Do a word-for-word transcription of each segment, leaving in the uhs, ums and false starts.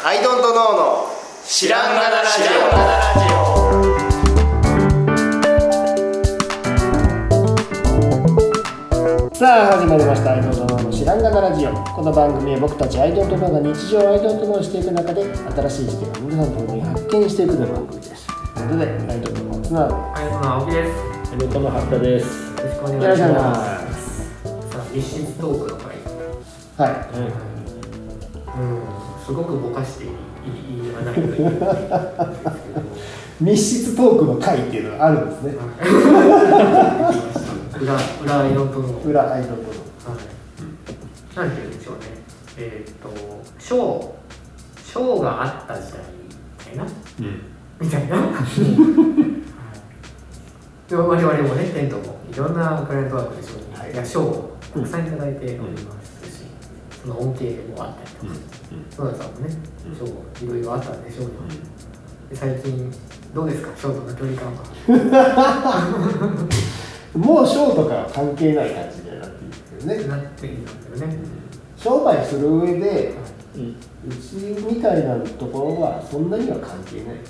アイドントノーの知らんがなラジオ。さあ始まりましたアイドントノーの知らんがなラジオ。この番組は僕たちアイドントノーが日常をアイドントノーしていく中で新しい視点を皆さんと共に発見していくという番組です。ということでアイドントノーの綱アイドントノーの青木です。 アイドントノーの八田です。 よろしくお願いします。さあ、密室トークの回。 はい、 うん、すごくぼかして言わないといけないんですけど密室トークの回っていうのがあるんですね。 裏裏アイドントノー。 裏アイドントノー。 はい。なんて言うんでしょうね。えっ、ー、とショーショーがあった時代みたいな、うん、みたいな。で我々もね、テントもいろんなクライアントワークでしょう、はい、いやショーをたくさんいただいておりますし、うん、その恩恵もあったりとか、園田さんもね、ショーいろいろあったんでしょうけど、で最近どうですか、ショーとの距離感は。 もうショーとかは関係ない感じになっているんですよね。 なっているんだよね。 商売する上で、うん、うちみたいなところはそんなには関係ない。うんうん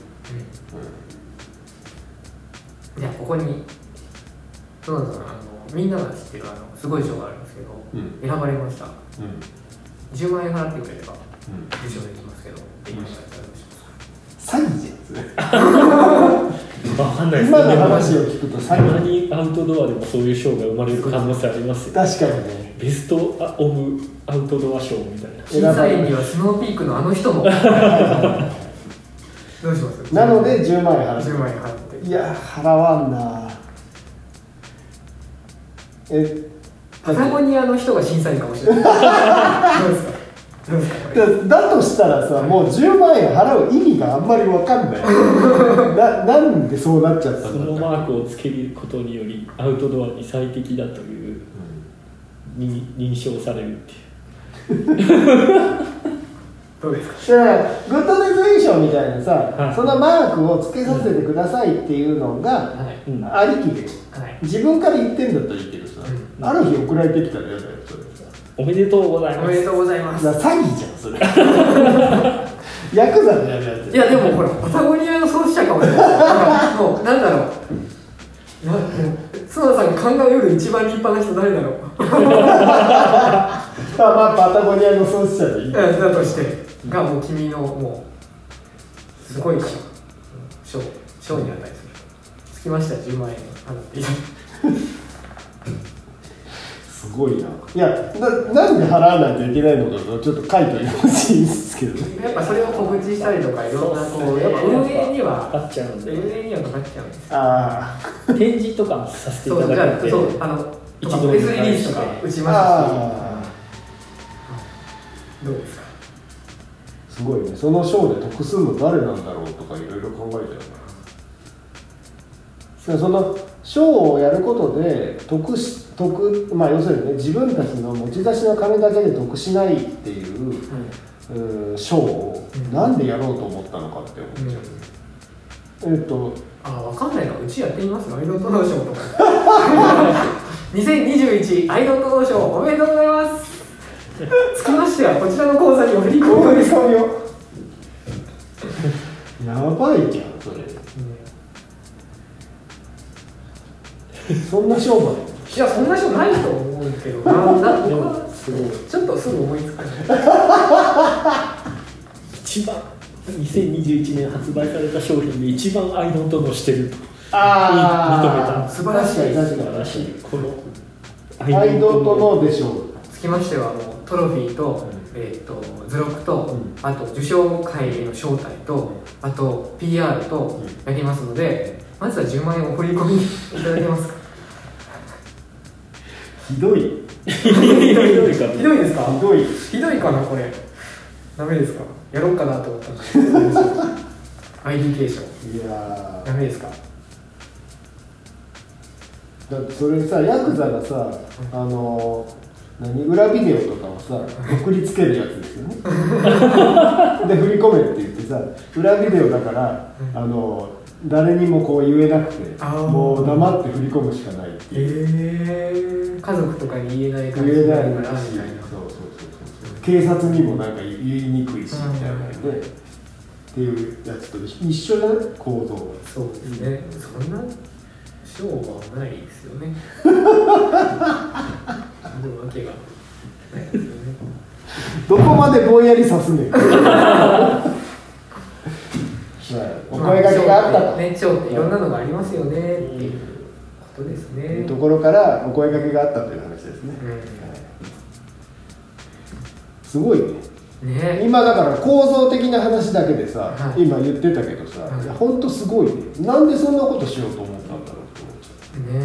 じゃあここに園田さん、あのみんなが知ってるあのすごい賞があるんですけど、うん、選ばれました、うん、じゅうまんえん払ってくれれば、うん、受賞できますけど、できますか、どうしますか。 詐欺じゃんそれ。 わかんないですね。 今の話を聞くと詐欺。 たまにアウトドアでもそういう賞が生まれる可能性ありますよ。 確かにね。 ベストオブアウトドア賞みたいな。 審査員にはスノーピークのあの人も。どうします。 なのでじゅうまんえん払って。 じゅうまんえん払って。 いや払わんな。えパタゴニアの人が審査員かもしれない。どうですか。どうですかこれ。 だ, だとしたらさ、もうじゅうまんえん払う意味があんまり分かんない。な, なんでそうなっちゃったんだ。 そのマークをつけることによりアウトドアに最適だという、うん、に認証されるっていう。 どうですか。 だからグッドデザイン賞みたいなさ、はい、そのマークをつけさせてくださいっていうのが、うん、ありきで、はい、自分から言ってんだったらいいけどさ、うん、ある日送られてきたら嫌だよそれさ。 おめでとうございます。 おめでとうございます。 詐欺じゃんそれ。ヤクザでやるやつ。 いやでもほらパタゴニアの創始者かもしれない。もうなんだろう。な角田さんが考えうる一番立派な人誰だろう。 あ、まあパタゴニアの創始者でいい。 だとしてがもう君のもうすごいから賞賞に値する。つきましたじゅうまんえん払っていい。 すごいな。いや な, なんで払わないといけないのかちょっと書いておいてほしいんですけど、ね、 やっぱそれを告知したりとかいろんなこうやっぱ運営にはかかっちゃうんで、 運営にはかかっちゃうんです。 ああ。 展示とかもさせていただいて、 そうじゃあそうあの一度プレスリリースとか打ちますし、どうですか。 すごいね。その賞で得するの誰なんだろうとかいろいろ考えてるな。その賞をやることで得し得、まあ、要するにね、自分たちの持ち出しの金だけで得しないっていう賞、うん、をなんでやろうと思ったのかって思っちゃう、うん、えっとあ、分かんないな。うちやってみますよ、アイドントノー賞とか。にせんにじゅういちアイドントノー賞おめでとうございます。つきましてはこちらの口座にお振り込みをです。 やばいじゃんそれ、うん、そんな商売。 いやそんな人ないと思うけどな。な僕はすごいちょっとすぐ思いつかない。 一番にせんにじゅういちねん発売された商品で一番アイドントノーしてるとあ認めた。 素晴らしい素晴らしい。このアイドントノーでしょう。 つきましてはあのトロフィーと、うん、えー、と図録と、うん、あと受賞会への招待と、うん、あと ピーアール とやりますので、うん、まずはじゅうまんえんお振り込みいただけますか。 ひどい。 ひどいか。 ひどいですか。 ひどい。 ひどいかなこれ。ダメですか。やろうかなと思ったんですけど。アイディー 継承。いやダメですか。 だってそれさ、ヤクザがさ、あの何裏ビデオとかをさ送りつけるやつですよね。で振り込めって言ってさ、裏ビデオだから、あの誰にもこう言えなくて、もう黙って振り込むしかないっていう。 えー、家族とかに言えない感じ言えないからみたいな。 そうそうそうそう。 警察にもなんか言いにくいしみたいなので、っていうやつと一緒じゃない構造が。 そうですね、そんな賞はないですよねあるわけがないですよね。 どこまでぼんやり指すねんお声掛けがあったと、 ね、賞っていろんなのがありますよねっていうことですね、 いうところからお声掛けがあったという話ですね、 うんはい、 すごいね。 ね、 今だから構造的な話だけでさ、 はい、 今言ってたけどさ、 はい、 いや本当すごいね。なんでそんなことしようと思ったんだろうと思っちゃ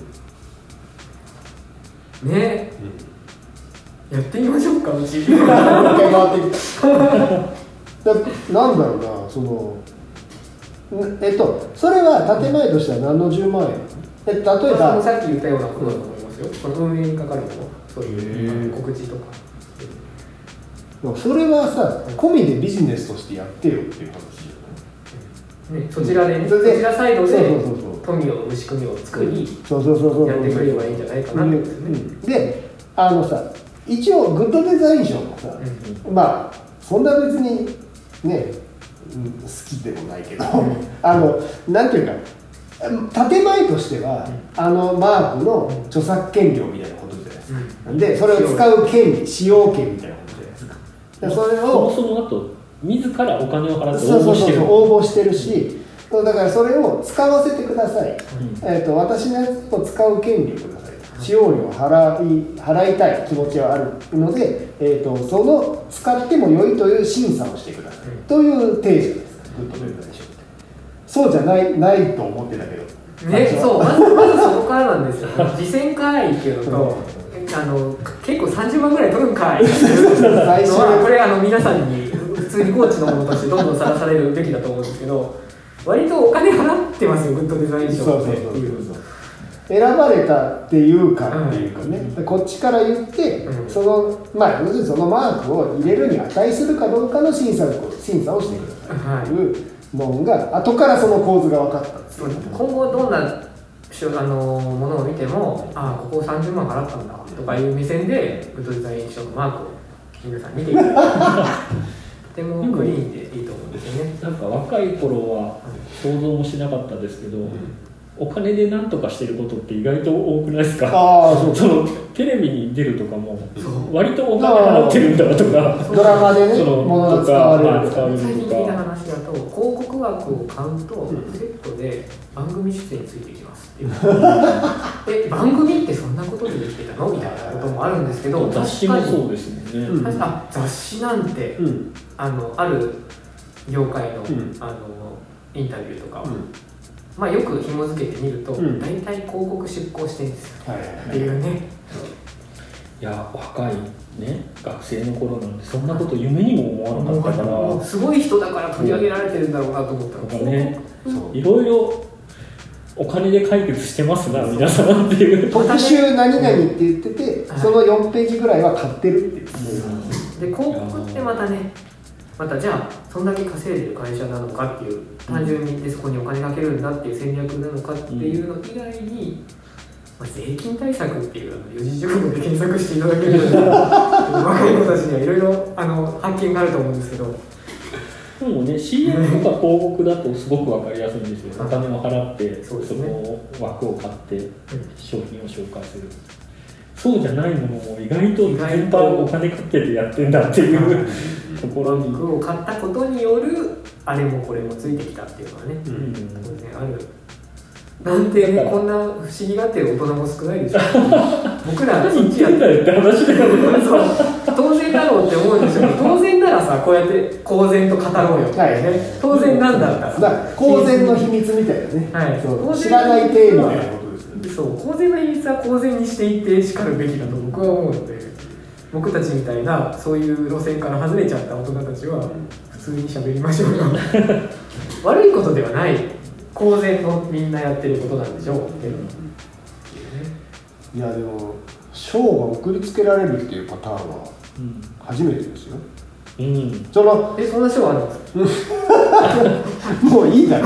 うねね、うん、やってみましょうかうちもう一回回ってきただなんだろうな、そのえっとそれは建前としては何のじゅうまんえん？え例えば、 まあ、さっき言ったようなことだと思いますよ。その運営にかかるもの、そういう告知とか。 それはさ、込みでビジネスとしてやってよっていう話よね。ね、そちらでね、そちらサイドでそうそうそうそう富を生む仕組みを作り、 そうそうそうそうやってくれればいいんじゃないかなってことですね。 で、あのさ、一応グッドデザイン賞もさ、うん、まあそんな別にね、うん、好きでもないけど、あのなんていうか。建前としては、うん、あのマークの著作権料みたいなことじゃないですか、うん、でそれを使う権利使用権みたいなことじゃないですか、でそれをそもそもあと自らお金を払って応募してる、 そうそうそう応募してるし、だからそれを使わせてください、うん、えー、と私のやつを使う権利をください、うん、使用料を払い、払いたい気持ちはあるので、えー、とその使っても良いという審査をしてください、うん、という提示ですか、グッドデザイン賞。そうじゃない、ないと思ってたけどね、そう、まず、まずそこからなんですよ次戦会っていうのと、あの結構さんじゅうまんぐらい取るんかいっていうのはこれあの皆さんに普通にコーチのものとしてどんどんさらされるべきだと思うんですけど、割とお金払ってますよ、グッドデザイン賞っていう選ばれたっていうかっていうかね、うん、こっちから言って、うん、そのまあ要するにそのマークを入れるに値するかどうかの審査を審査をしてくださいというのが後からその構図が分かったんですよ。 今後どんなあのものを見ても、ああここさんじゅうまん払ったんだとかいう目線でグッドデザイン賞のマークを皆さん見ていただくとてもクリーンでいいと思うんですよね。 なんか若い頃は想像もしなかったですけど、うん、お金で何とかしてることって意外と多くないですか。あそうそのテレビに出るとかも割とお金払ってるんだとか、 ドラマでね物が使われるとか、 最近聞いた話だと広告枠を買うとセットで番組出演ついてきますっていうえ番組ってそんなことでできてたのみたいなこともあるんですけど、 雑誌もそうですもんね、 うん、あ雑誌なんて、うん、あのある業界の、うん、あのインタビューとかを、うんまあ、よく紐付けてみると、うん、大体広告出稿してるんですよ、はいはいはい、っていうね。 いや若いね学生の頃なんでそんなこと夢にも思わなかったから、 すごい人だから取り上げられてるんだろうなと思ったら、 ね、いろいろお金で解決してますな皆さんっていう特集何々って言ってて、うん、そのよんページぐらいは買ってるっていう、 うん、で広告ってまたねまたじゃあそんだけ稼いでる会社なのかっていう単純にでそこにお金かけるんだっていう戦略なのかっていうの以外に、まあ、税金対策っていう四字熟語で検索していただけると若い子たちにはいろいろあの発見があると思うんですけど、 でもね シーエム とか広告だとすごく分かりやすいんですよ、お金を払ってその枠を買って商品を紹介する、そうじゃないものも意外と全般お金かけてやってんだっていうところに服を買ったことによるあれもこれもついてきたっていうのはね、うんうん、当然あるなんてね、こんな不思議がってる大人も少ないでしょ僕らそっちやってるって話だよね当然だろうって思うんですよ当然ならさこうやって公然と語ろうよって、ねはい、当然なんだったら公然の秘密みたいなね、はい、そう知らないテーマみたいなことですよね。 そう公然の秘密は公然にしていってしかるべきだと僕は思うので、僕たちみたいなそういう路線から外れちゃった大人たちは普通に喋りましょうよ悪いことではない公然のみんなやってることなんでしょうけど、うん、 いやでも賞が送りつけられるっていうパターンは初めてですよ、 うん、 そのえそんな賞あるんですかもういいだろ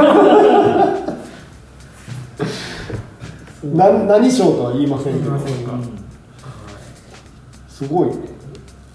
な何賞とは言いませんけど、うん、すごいね。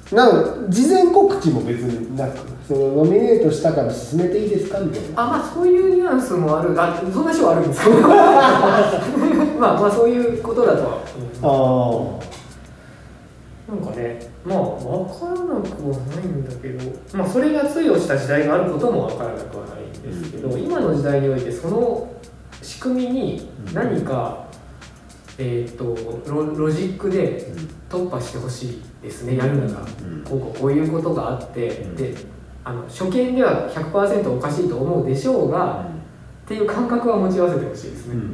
なんか事前告知も別になく、そのノミネートしたから進めていいですかみたいな。 あ、まあそういうニュアンスもある。あ、そんな賞あるんですか。まあまあそういうことだとは、うん、あなんかね、まあ分からなくはないんだけど、まあそれが通用した時代があることも分からなくはないんですけど、うん、今の時代においてその仕組みに何か、うん、えー、と ロ, ロジックで突破してほしいですね、やるなら、うん、こうこうこういうことがあって、うん、であの初見では ひゃくパーセント おかしいと思うでしょうが、うん、っていう感覚は持ち合わせてほしいですね、うん、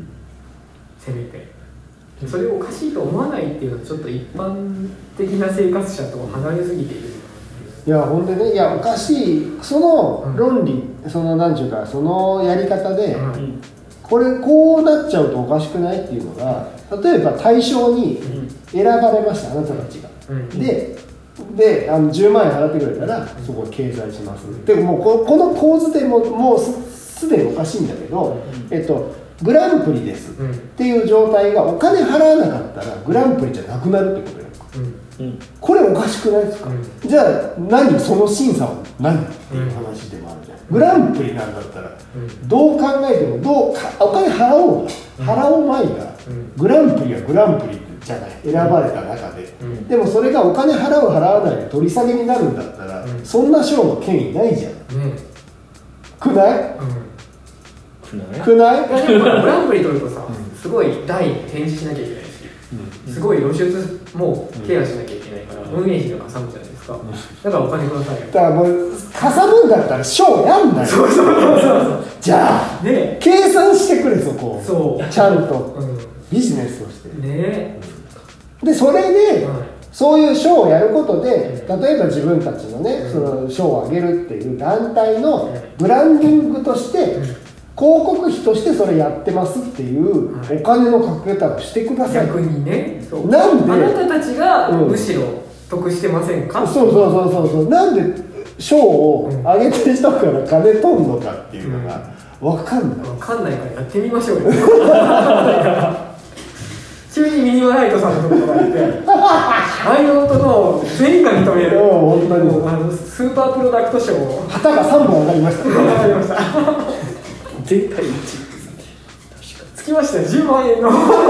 せめて。それをおかしいと思わないっていうのはちょっと一般的な生活者と離れすぎている。 いやほんでね、いやおかしいその論理、うん、そのなんていうかそのやり方で、うん、これこうなっちゃうとおかしくないっていうのが、例えば対象に選ばれました、うん、あなたたちが、うん、でであのじゅうまんえん払ってくれたらそこ掲載します、うん、でももう こ, この構図でももう す, すでにおかしいんだけど、うん、えっとグランプリですっていう状態がお金払わなかったらグランプリじゃなくなるってことよ、うんうん、これおかしくないですか、うん、じゃあ何その審査は何っていう話でもあるじゃん、うん、グランプリなんだったら、うん、どう考えてもどうかお金払おうが払おうまいが、うん、グランプリはグランプリじゃない選ばれた中で、うん、でもそれがお金払う払わないで取り下げになるんだったら、うん、そんな賞の権威ないじゃん、うん、くない、うんくない？いやでもグランプリ取るとさ、うん、すごい台に展示しなきゃいけないし、うん、すごい露出もケアしなきゃいけないから、うん、運営費がかさむじゃないですか、うん、だからお金くださいよ。 だからもうかさむんだったら賞やんなよ。 そうそうそうそうじゃあ、ね、計算してくれそこをそうちゃんと、うん、ビジネスとしてね、 でそれで、うんそういう賞をやることで、例えば自分たちのね、うん、その賞をあげるっていう団体のブランディングとして、うん、広告費としてそれやってますっていうお金のかけ方をしてください。 逆にね、 そうなんであなたたちがむしろ得してませんか、 うん、そうそうそうそうそうなんで賞をあげてる人から金取んのかっていうのが分かんない、 分かんないからやってみましょうよ急にミニマライトさんのところがいてアイドントの全員が認める本当にあのスーパープロダクト賞旗がさんぼん上がりました上がりました全体一致つきましたよじゅうまんえんの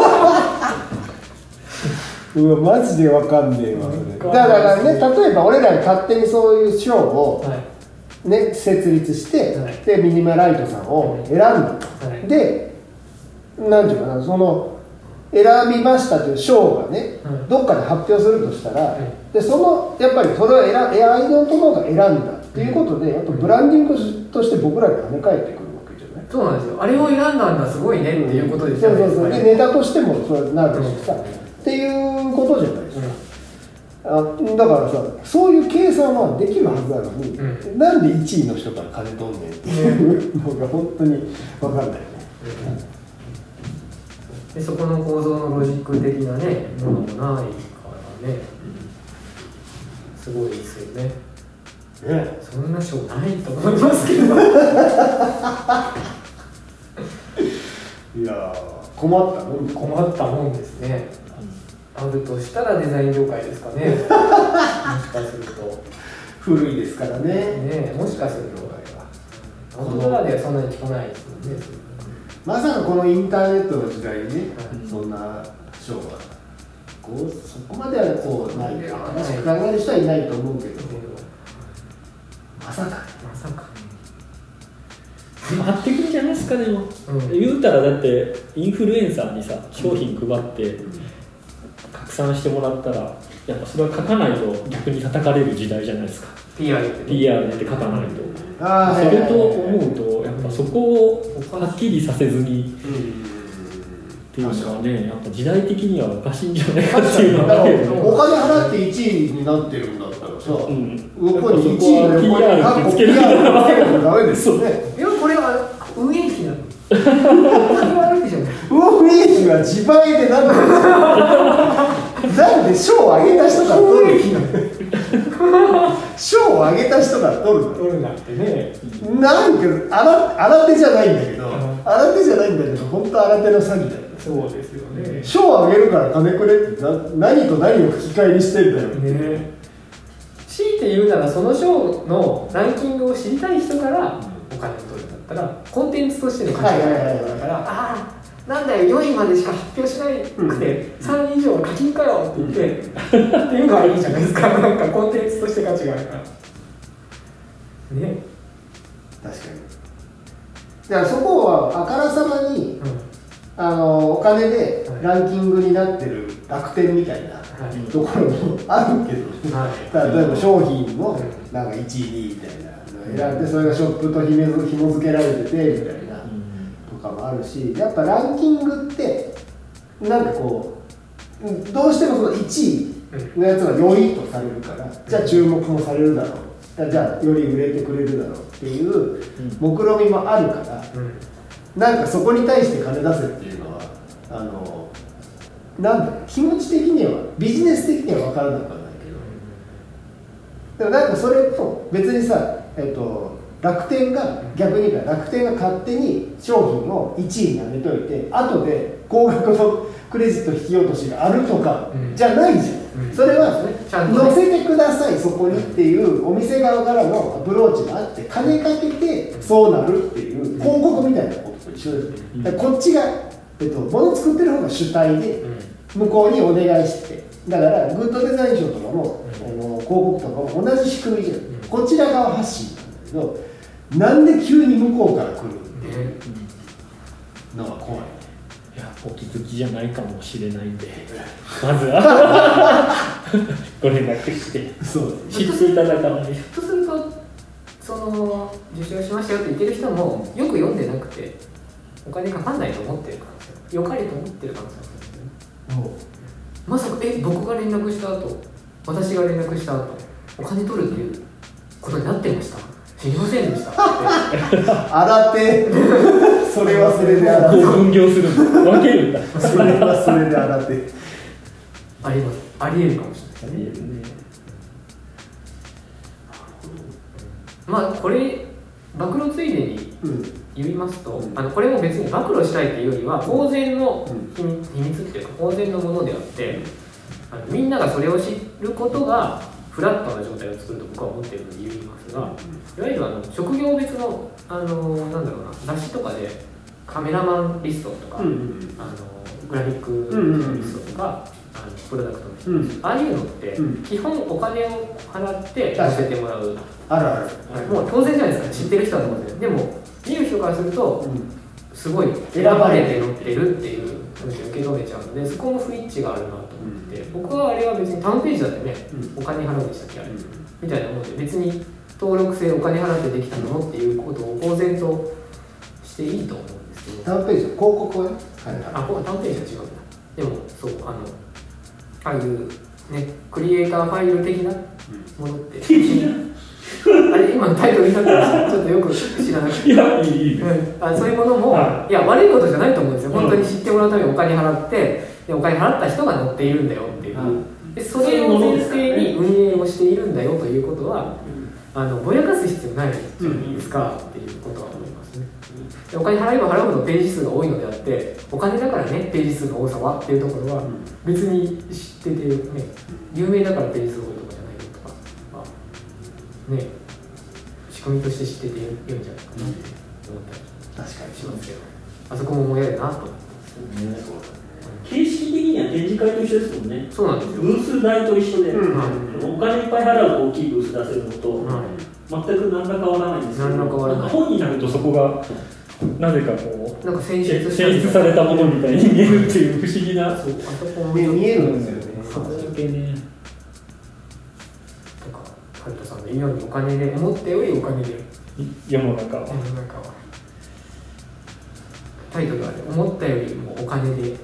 うわマジで分かんねえわ、ね、だからね例えば俺らが勝手にそういう賞を、ねはい、設立して、はい、でミニマライトさんを選んだと、はい、でなんていうかなその選びましたという賞がね、うん、どっかで発表するとしたら、うん、でそのやっぱりそれを選アイドントノーが選んだっていうことで、うん、やっぱブランディングとして僕らに跳ね返ってくるわけじゃない。 そうなんですよ。あれを選んだんだすごいねっていうことですよね、 うん、そうそうそうでネタとしてもそうなるしさ、うん、っていうことじゃないですか、うん、あだからさそういう計算はできるはずなのに、うん、なんでいちいの人から金取んねんっていうのが本当に分かんないね、うんでそこの構造のロジック的なねものもないからね、すごいですよね。 ねそんな賞ないと思いますけどいや困ったもん困ったもんですね、うん、あるとしたらデザイン業界ですかねもしかすると古いですからねねもしかするとアウトドアではそんなに聞かないですもんね。 まさかこのインターネットの時代にね、うん、そんな賞がこうそこまではこうないか話考える人はいないと思うけど、まさかまさかでも張ってくるんじゃないですか。でも、うん、言うたらだってインフルエンサーにさ商品配って拡散してもらったらやっぱそれは書かないと逆に叩かれる時代じゃないですか。 ピーアール って、ね、 ピーアール って書かないと、 あそれと思うとやっぱそこをはっきりさせずに、うん、っていうのはねやっぱ時代的にはおかしいんじゃないかっていうのは、ね、 お金払っていちいになってるんだったらさ、うん、横にいちいの横に ピーアール ってつけるのダメですよね。 いやこれは運営費なの運営費は自前でなんでなんで賞をあげた人が取る賞をあげた人が取る取るなんてねなんか新手じゃないんだけど新手じゃないんだけど本当新手の詐欺だよ。 そうですよね。 賞をあげるから金くれってな何と何を引き換えにしてんだよね。 強いて言うならその賞のランキングを知りたい人からお金を取るんだったらコンテンツとしての価値があるだから、ああなんだよよいまでしか発表しなくて、うん、さんい以上は課金かよって言って、うん、っていうのはいいじゃないですか。なんかコンテンツとして価値があるからね。 確かに。だからそこはあからさまに、うん、あのお金でランキングになってる楽天みたいなところもあるけど、はい、例えば商品もなんかいちいにいみたいなの選んで、それがショップとひも付けられててみたいなとかもあるし、やっぱランキングってなんかこうどうしてもそのいちいのやつは良いとされるから、じゃあ注目もされるだろう、じゃあより売れてくれるだろうっていう目論みもあるから、なんかそこに対して金出せっていうのはあのなんだろう、気持ち的にはビジネス的には分からなくはないけど、でもなんかそれと別にさ、えっと、楽天が逆に言うから楽天が勝手に商品をいちいに上げといて後で高額のクレジット引き落としがあるとかじゃないじゃん、うん、それは載せてくださいそこにっていうお店側からのアプローチがあって金かけてそうなるっていう広告みたいなことと一緒です、うん、だからこっちが、えっと、物作ってる方が主体で向こうにお願いして、だからグッドデザイン賞とかも、うん、あの広告とかも同じ仕組みじゃん、うん、こちら側発信なんだけど、なんで急に向こうから来るっていうのが怖い。 いや、お気づきじゃないかもしれないんでまずはご連絡して知っていただかないとすると、その受賞しましたよって言ってる人もよく読んでなくてお金かかんないと思ってるからよかれと思ってるからですよね。まさかえ僕が連絡した後私が連絡した後お金取るっていうことになってました知りませんでした洗ってそれはそれで洗って分業する分けるんだそれはそれで洗ってありますありえるかもしれないですね。まあこれ暴露ついでに言いますと、うん、あのこれも別に暴露したいというよりは公然の秘密、秘密っていうか公然のものであってあのみんながそれを知ることがフラットな状態を作ると僕は思っているので言いますが、いわゆるあの職業別の、あのなんだろうな雑誌とかでカメラマンリストとか、うんうん、あのグラフィックリストとか、あのプロダクトの人、うん、ああいうのって基本お金を払って載せてもらう、 あるある、 もう当然じゃないですか、知ってる人はと思うんですよ。でも見る人からすると、うん、すごい選ばれて載ってるっていう受け止めちゃうので、そこも不一致があるなと思って、うん、僕はあれは別にタウンページだってね、うん、お金払うんでしたっけあれ、うん、みたいなもので別に登録制お金払ってできたのっていうことを公然としていいと思うんですけど、 タウンページの広告はね、 はいはい、あ、タウンページは違うな。でもそうあのああいうねクリエイターファイル的なものって、うんあれ今のタイトルになってましたちょっとよく知らなくていやいいいい、 うん、あそういうものも、はい、いや悪いことじゃないと思うんですよ、本当に知ってもらうためにお金払ってでお金払った人が載っているんだよっていう、うん、でそれを前提に運営をしているんだよということは、うん、あのぼやかす必要ないじゃないですか、うん、っていうことは思いますね。でお金払えば払うほどページ数が多いのであってお金だからねページ数の多さはっていうところは別に知っててね有名だからページ数多いとかじゃないよとか、まあね、仕組みとして知ってて良いんじゃないかなって思ったりしますけど、あそこももやるなと思ってます、ね、 形式的には展示会と一緒ですもんね。 そうなんですよ。 ブース代と一緒で、うん、お金いっぱい払うと大きいブース出せるのと、うん、全く何ら変わらないんですけど、 何ら変わらない。 本になるとそこがなぜかこうなんか選出選出されたものみたいに見えるっていう不思議な、 そうあそこも見えるんですよね。 それだけね。 とかハルトさんの言うようにお金で思ったよりお金で世の中は。 世の中は。タイトルはね、思ったよりもお金で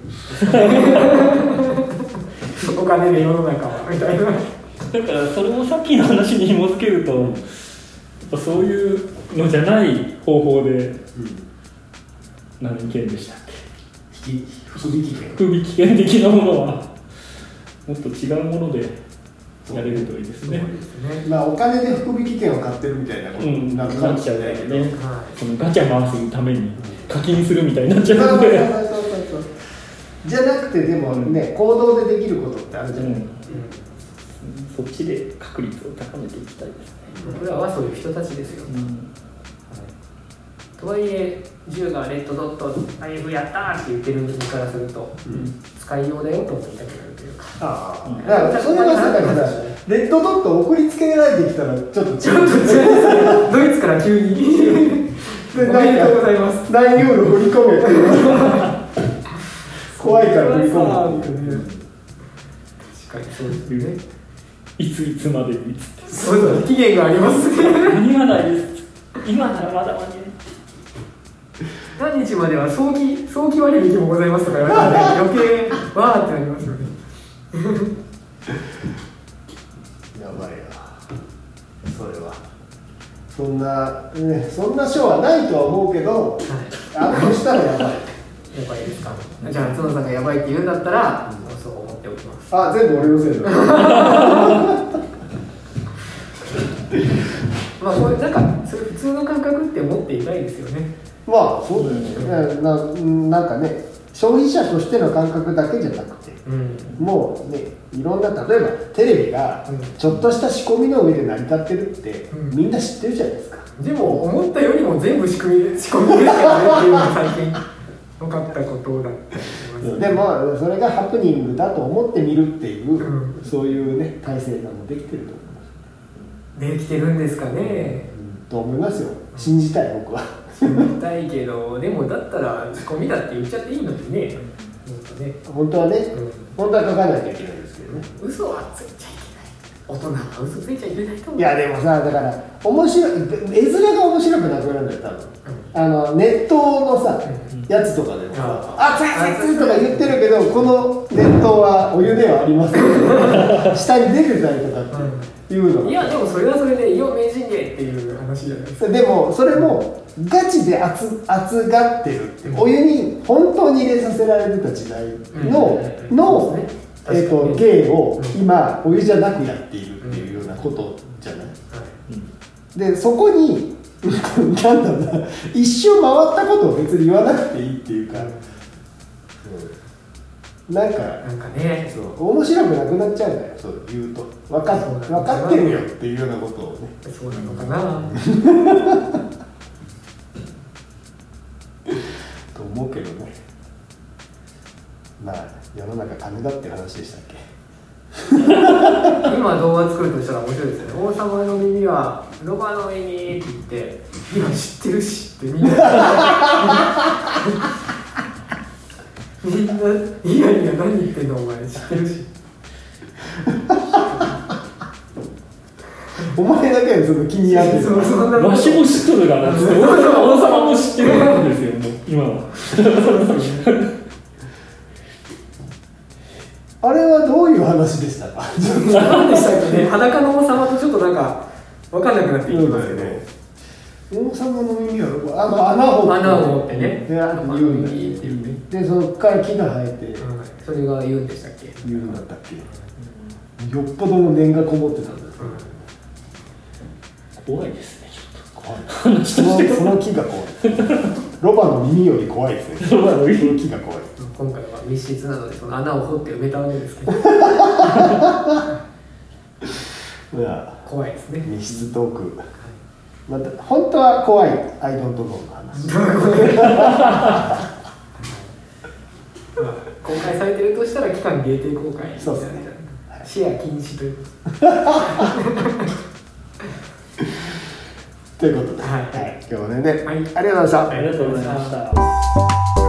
お金で世の中はみたいな。 だからそれもさっきの話に紐づけると、やっぱそういうのじゃない方法で、うん、何件でしたっけ？ 福引券。 福引券的なものはもっと違うものでやれるといいですね。 まあお金で福引券を買ってるみたいなことになるかもしれないけど、うん、 そのガチャ回すために課金するみたいになっちゃうんで。 じゃなくてでもね、行動でできることってあるじゃない、うんうん、 そっちで課確率を高めていきたいですね。 僕らはそういう人たちですよ、うん、はい、とはいえ銃がレッドドット アイエフ やったーって言ってる身からすると、うん、使いようだよと思いたくなるというか、 ああ、うん、だからそれはさ、だからレッドドット送りつけられてきたらちょっと違うちょっと違うですねドイツから急におめでとうございます。 何ユーロ振り込めって怖いから振り込むっていう、ね、 確かにそうですね。 いついつまでにつってそうだ、期限がありますね。 間に合わないです。今ならまだ間に合う。 何日までは早期早期割引もございますとか言われたら、ね、余計わーってなりますよね。 やばいな。それは。そんな、ね、そんな賞はないとは思うけど、はい、あとしたらやばい。 やばいですか。じゃあ角田さんがやばいって言うんだったら、うん、そう思っておきます。 あ、全部俺のせいだ。 まあこれなんかそれ普通の感覚って持っていないですよね。 まあそうだよね。な, なんかね、消費者としての感覚だけじゃなくて、うん、もうね、いろんな、例えばテレビがちょっとした仕込みの上で成り立ってるって、うん、みんな知ってるじゃないですか。 でも思ったよりも全部仕組み仕込みですからねっていうのが最近分かったことだったりしますね。 でもそれがハプニングだと思って見るっていう、うん、そういうね体制がもうできてると思います。 できてるんですかね、 うん、と思いますよ。信じたい僕は。 信じたいけど、でもだったら仕込みだって言っちゃっていいのにね。 本当はね、うん、本当は書かなきゃいけないんですけどね。 嘘はついちゃいけない。大人は嘘ついちゃいけないと思う。 いやでもさ、だから面白い、絵面が面白くなくなるんだよ多分、うん、あのネットのさ、うん、やつとかでもさ、あっついついとか言ってるけど、この熱湯はお湯ではありません下に出てたりとかっていうの、 うん、いやでもそれはそれで「よ名人芸」っていう話じゃないですか。 でもそれもガチで 熱, 熱がってるって、うん、お湯に本当に入れさせられてた時代の、うん、の、ね、えー、と芸を今お湯じゃなくやっているっていうようなことじゃない、うん、でそこになんだろうな、一周回ったことを別に言わなくていいっていうか、うん、なんかなんかね、 そう面白くなくなっちゃうんだよ、そう言うと分 か, 分かってるよっていうようなことをね。 そうなのかなと思うけどね。まあ世の中金だっていう話でしたっけ。 今動画作るとしたら面白いですよね。王様の耳はロバの耳って言って今知ってるしってみんなみんないやいや何言ってんのお前知ってるしお前だけはその気にやってる。 わしも知っとるがなって王様も知ってるんですよもう今は。 あれはどういう話でしたか。 何でしたっけね。裸の王様とちょっとなんか分かんなくなっていきますけど、ね、 王様の耳はあの穴を穴を持ってね、 であの言うんだって言ってでそこから木が生えて、うん、 それが言うんでしたっけ。 言うんだったっけ、うん、よっぽどの念がこもってたんだ、 うん、怖いですね。ちょっと怖いその、その木が怖い。ロバの耳より怖いですね。ロバの耳の木が怖い。 今回は密室なのでその穴を掘って埋めたわけですけど怖いですね。 密室トーク、はい、また本当は怖いアイドントノーの話公開されてるとしたら期間限定公開。 そうですね、 シェア禁止というということで、はいはい、今日はね、はい、ありがとうございました。 ありがとうございました。